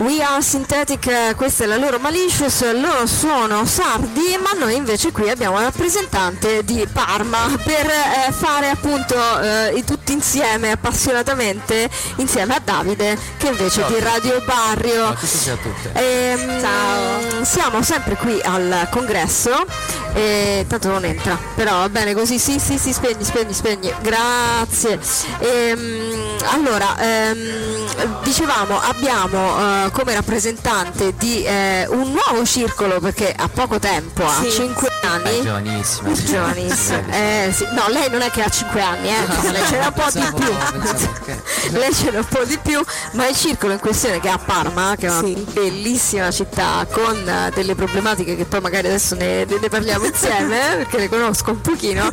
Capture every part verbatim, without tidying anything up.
We Are Synthetic, questa è la loro Malicious, loro sono sardi, ma noi invece qui abbiamo un rappresentante di Parma per eh, fare appunto eh, tutti insieme, appassionatamente, insieme a Davide, che invece Ciao. Di Radio Barrio. Ciao a tutti e a tutte. Ehm, Ciao. Siamo sempre qui al congresso e tanto non entra, però va bene così, sì sì sì, spegni, spegni, spegni, grazie. Ehm, allora, ehm, dicevamo, abbiamo eh, come rappresentante di eh, un nuovo circolo, perché ha poco tempo, ha Sì. cinque anni. È giovanissima. sì. Giovanissima. Eh, sì. No, lei non è che ha cinque anni, eh. No, lei ce n'ha un po' di pensavo- più. pensavo che- Lei ce n'ha un po' di più, ma il circolo in questione, che è a Parma, che è una Sì. bellissima città con eh, delle problematiche che poi magari adesso ne, ne parliamo insieme, eh, perché le conosco un pochino.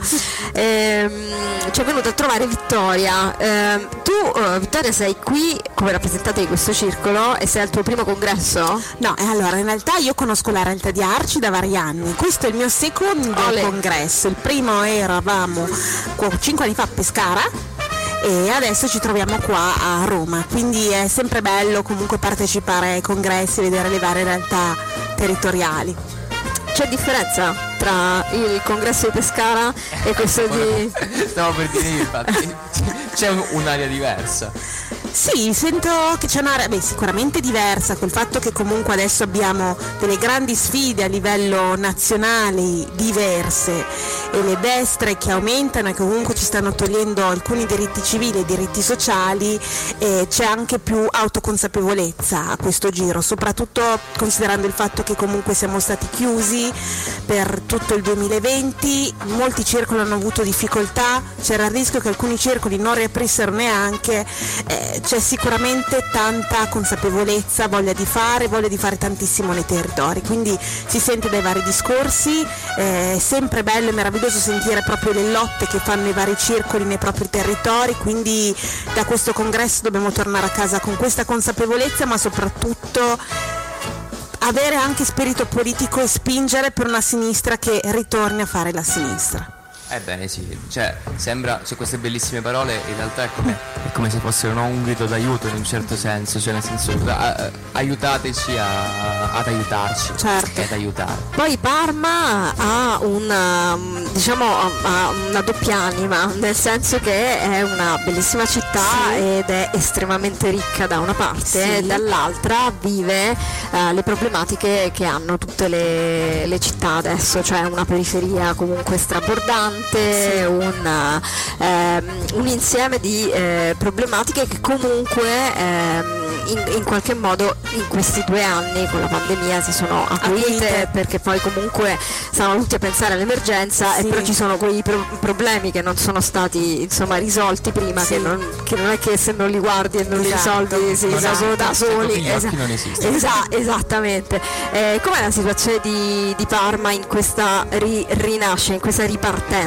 Ehm, ci è venuta a trovare Vittoria. Ehm, tu eh, Vittoria sei qui come rappresentante di questo circolo e sei al tuo primo congresso? No, e allora in realtà io conosco la realtà di Arci da vari anni, questo è il mio secondo Olè. congresso, il primo eravamo qu- cinque anni fa a Pescara e adesso ci troviamo qua a Roma, quindi è sempre bello comunque partecipare ai congressi e vedere le varie realtà territoriali. C'è differenza tra il congresso di Pescara e questo di... Stavo per dire, infatti, c'è un- un'area diversa. Sì, sento che c'è un'area beh, sicuramente diversa, col fatto che comunque adesso abbiamo delle grandi sfide a livello nazionale diverse e le destre che aumentano e che comunque ci stanno togliendo alcuni diritti civili e diritti sociali, e c'è anche più autoconsapevolezza a questo giro, soprattutto considerando il fatto che comunque siamo stati chiusi per tutto il duemilaventi, molti circoli hanno avuto difficoltà, c'era il rischio che alcuni circoli non riaprissero neanche, eh, c'è sicuramente tanta consapevolezza, voglia di fare, voglia di fare tantissimo nei territori, quindi si sente dai vari discorsi, eh, è sempre bello e meraviglioso sentire proprio le lotte che fanno i vari circoli nei propri territori, quindi da questo congresso dobbiamo tornare a casa con questa consapevolezza, ma soprattutto avere anche spirito politico e spingere per una sinistra che ritorni a fare la sinistra. Ebbene sì, cioè sembra, cioè, queste bellissime parole in realtà è come, è come se fossero no, un grido d'aiuto in un certo senso, cioè nel senso a- aiutateci a- ad aiutarci, Certo. e ad aiutare. Poi Parma ha una, diciamo, ha una doppia anima, nel senso che è una bellissima città Sì. ed è estremamente ricca da una parte, Sì. e dall'altra vive eh, le problematiche che hanno tutte le, le città adesso, cioè una periferia comunque strabordante, Sì. un, ehm, un insieme di eh, problematiche che comunque ehm, in, in qualche modo in questi due anni con la pandemia si sono acuite, Acuite. perché poi comunque stavano tutti a pensare all'emergenza, Sì. e però ci sono quei pro- problemi che non sono stati insomma risolti prima, Sì. che, non, che non è che se non li guardi e non Esatto. li risolvi si Non risolvono da esiste, soli. copri gli occhi non esiste. Esa- esattamente. Eh, com'è la situazione di, di Parma in questa ri- rinascita, in questa ripartenza?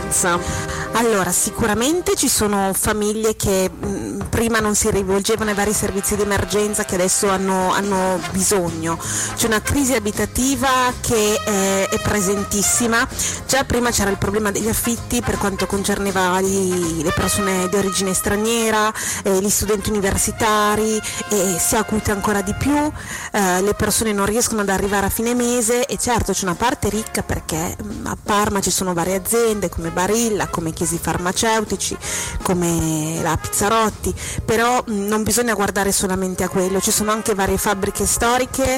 Allora, sicuramente ci sono famiglie che mh, prima non si rivolgevano ai vari servizi di emergenza che adesso hanno, hanno bisogno. C'è una crisi abitativa che è, è presentissima. Già prima c'era il problema degli affitti per quanto concerneva gli- le persone di origine straniera, eh, gli studenti universitari, e si è acuita ancora di più. Eh, le persone non riescono ad arrivare a fine mese, e certo c'è una parte ricca perché mh, a Parma ci sono varie aziende come Barilla, come Chiesi Farmaceutici, come la Pizzarotti, però mh, non bisogna guardare solamente a quello, ci sono anche varie fabbriche storiche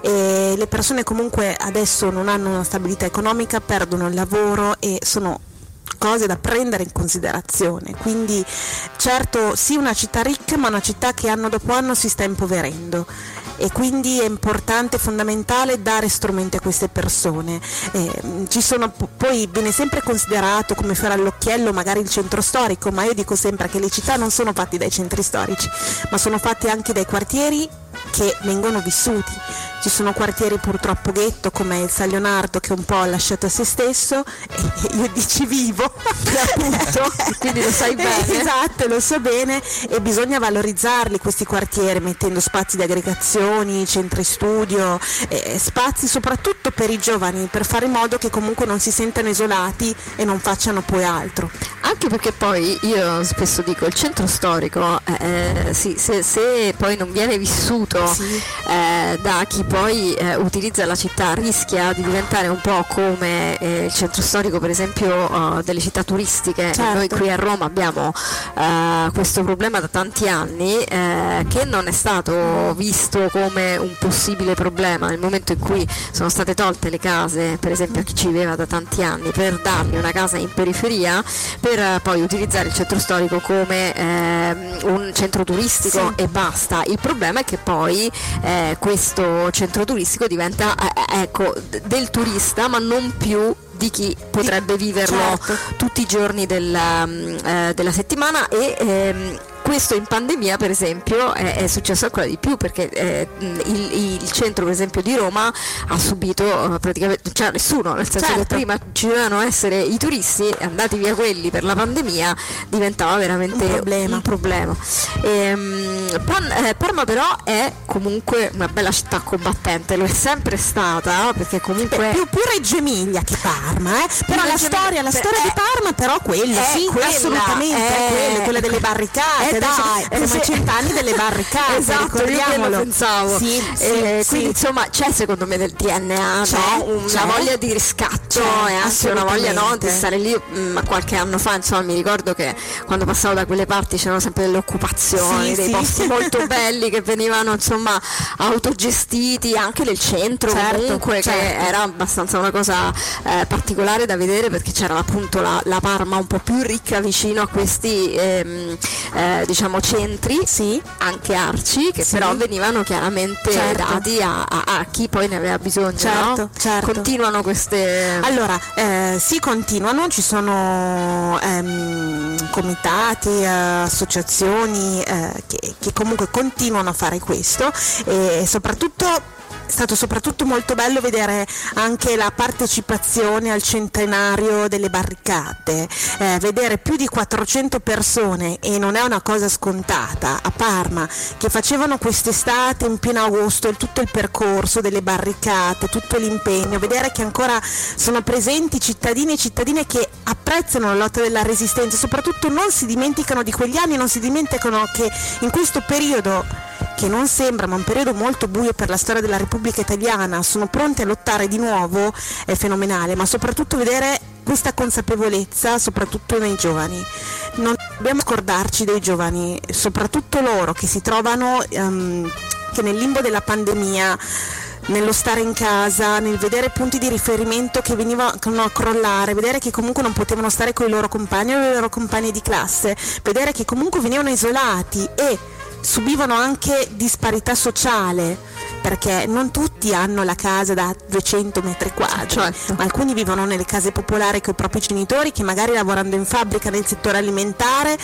e le persone comunque adesso non hanno una stabilità economica, perdono il lavoro e sono cose da prendere in considerazione, quindi certo sì, una città ricca, ma una città che anno dopo anno si sta impoverendo, e quindi è importante, fondamentale dare strumenti a queste persone. Eh, ci sono, poi viene sempre considerato come fiore all'occhiello magari il centro storico, ma io dico sempre che le città non sono fatte dai centri storici, ma sono fatte anche dai quartieri che vengono vissuti, ci sono quartieri purtroppo ghetto come il San Leonardo che un po' ha lasciato a se stesso, e io di ci vivo appunto, quindi lo sai bene. Esatto, lo so bene, e bisogna valorizzarli questi quartieri mettendo spazi di aggregazioni, centri studio, eh, spazi soprattutto per i giovani, per fare in modo che comunque non si sentano isolati e non facciano poi altro. Anche perché poi io spesso dico il centro storico eh, sì, se, se poi non viene vissuto Sì. eh, da chi poi eh, utilizza la città, rischia di diventare un po' come eh, il centro storico per esempio eh, delle città turistiche. Certo. Noi qui a Roma abbiamo eh, questo problema da tanti anni eh, che non è stato visto come un possibile problema nel momento in cui sono state tolte le case per esempio a chi ci viveva da tanti anni per dargli una casa in periferia, per eh, poi utilizzare il centro storico come ehm, un centro turistico Sì. e basta. Il problema è che poi eh, questo centro turistico diventa eh, ecco, d- del turista ma non più di chi potrebbe viverlo certo. tutti i giorni del, um, eh, della settimana, e ehm, questo in pandemia per esempio è, è successo ancora di più perché eh, il, il centro per esempio di Roma ha subito eh, praticamente, cioè nessuno, nel senso Certo. che prima ci dovevano essere i turisti, andati via quelli per la pandemia diventava veramente Un problema. un problema. Ehm, Pan- eh, Parma però è comunque una bella città combattente, lo è sempre stata perché comunque Beh, più, più Reggio Emilia che Parma, eh? però la Reggio Emilia- storia, la beh, storia è- di Parma però quella, è sì, quella, assolutamente, è è- quella, quella delle barricate, Eh, adesso dai, siamo eh, ai sì. cent'anni delle barricate, esatto, io quello ricordiamolo. pensavo. Sì, Eh, sì, quindi sì. insomma c'è secondo me del D N A, C'è, no? una c'è. voglia di riscatto C'è, e anche una voglia no, assolutamente. di stare lì. mm, qualche anno fa insomma mi ricordo che quando passavo da quelle parti c'erano sempre delle occupazioni, Sì, dei sì. posti molto belli che venivano insomma autogestiti, anche nel centro Certo, comunque che certo. era abbastanza una cosa eh, particolare da vedere perché c'era appunto la, la Parma un po' più ricca vicino a questi ehm, eh, diciamo centri, Sì. anche arci che Sì. però venivano chiaramente Certo. dati a, a- a chi poi ne aveva bisogno, Certo, no? certo. Continuano queste Allora, eh, sì, continuano, ci sono ehm, comitati, eh, associazioni eh, che, che comunque continuano a fare questo, e soprattutto è stato soprattutto molto bello vedere anche la partecipazione al centenario delle barricate, eh, vedere più di quattrocento persone, e non è una cosa scontata, a Parma, che facevano quest'estate in pieno agosto il- tutto il percorso delle barricate, tutto l'impegno, vedere che ancora sono presenti cittadini e cittadine che apprezzano la lotta della resistenza, soprattutto non si dimenticano di quegli anni, non si dimenticano che in questo periodo, che non sembra ma un periodo molto buio per la storia della Repubblica Italiana, sono pronti a lottare di nuovo, è fenomenale, ma soprattutto vedere questa consapevolezza soprattutto nei giovani. Non dobbiamo scordarci dei giovani, soprattutto loro che si trovano ehm, che nel limbo della pandemia, nello stare in casa, nel vedere punti di riferimento che venivano a crollare, vedere che comunque non potevano stare con i loro compagni o le loro compagne di classe, vedere che comunque venivano isolati e subivano anche disparità sociale, perché non tutti hanno la casa da duecento metri quadri, Certo. ma alcuni vivono nelle case popolari con i propri genitori che magari lavorando in fabbrica nel settore alimentare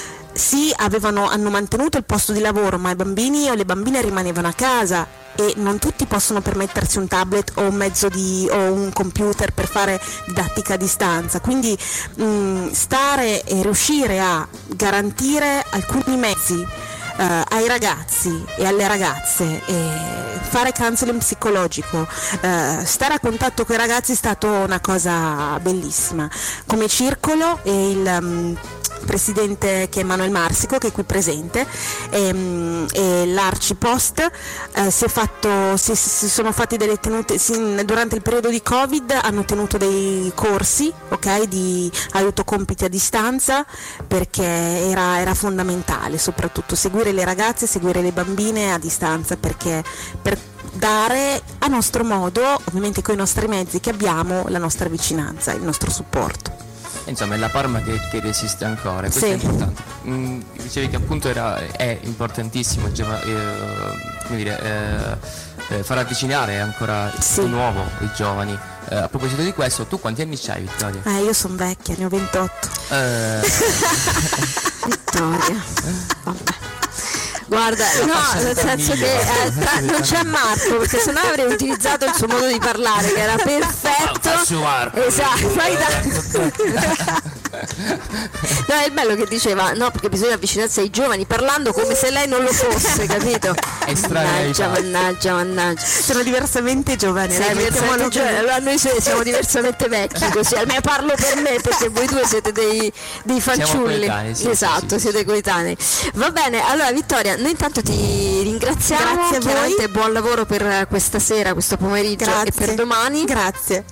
sì avevano, hanno mantenuto il posto di lavoro, ma i bambini o le bambine rimanevano a casa e non tutti possono permettersi un tablet o un mezzo di o un computer per fare didattica a distanza, quindi mh, stare e riuscire a garantire alcuni mezzi Uh, ai ragazzi e alle ragazze, e fare counseling psicologico, uh, stare a contatto con i ragazzi è stata una cosa bellissima. Come circolo, e il um, presidente che è Emanuele Marsico, che è qui presente, e, um, e l'Arcipost uh, si, è fatto, si, si sono fatti delle tenute si, durante il periodo di Covid, hanno tenuto dei corsi, ok, di aiuto compiti a distanza, perché era, era fondamentale soprattutto seguire le ragazze, seguire le bambine a distanza, perché per dare a nostro modo, ovviamente con i nostri mezzi che abbiamo, la nostra vicinanza, il nostro supporto. Insomma è la Parma che, che resiste ancora, questo Sì. è importante. Mm, dicevi che appunto era, è importantissimo giova- eh, come dire, eh, eh, far avvicinare ancora Sì. di nuovo i giovani. Eh, a proposito di questo, tu quanti anni c'hai, Vittoria? Eh, io sono vecchia, ne ho ventotto. Eh, Vittoria. Vabbè. Guarda, no, nel senso che eh, tra- non c'è Marco, perché sennò avrei utilizzato il suo modo di parlare che era perfetto. Esatto, fai da... No, è il bello che diceva no, perché bisogna avvicinarsi ai giovani parlando come se lei non lo fosse, capito? Mannaggia, mannaggia, mannaggia. Sono diversamente giovani, Sei dai, diversamente mettiamolo giovani. Allora noi se- siamo diversamente vecchi, così almeno parlo per me, perché voi due siete dei, dei fanciulli. coetanei, sì, esatto, sì, sì, siete coetanei. Va bene, allora Vittoria, noi intanto ti ringraziamo. Grazie a voi. Chiaramente buon lavoro per questa sera, questo pomeriggio Grazie. e per domani. Grazie.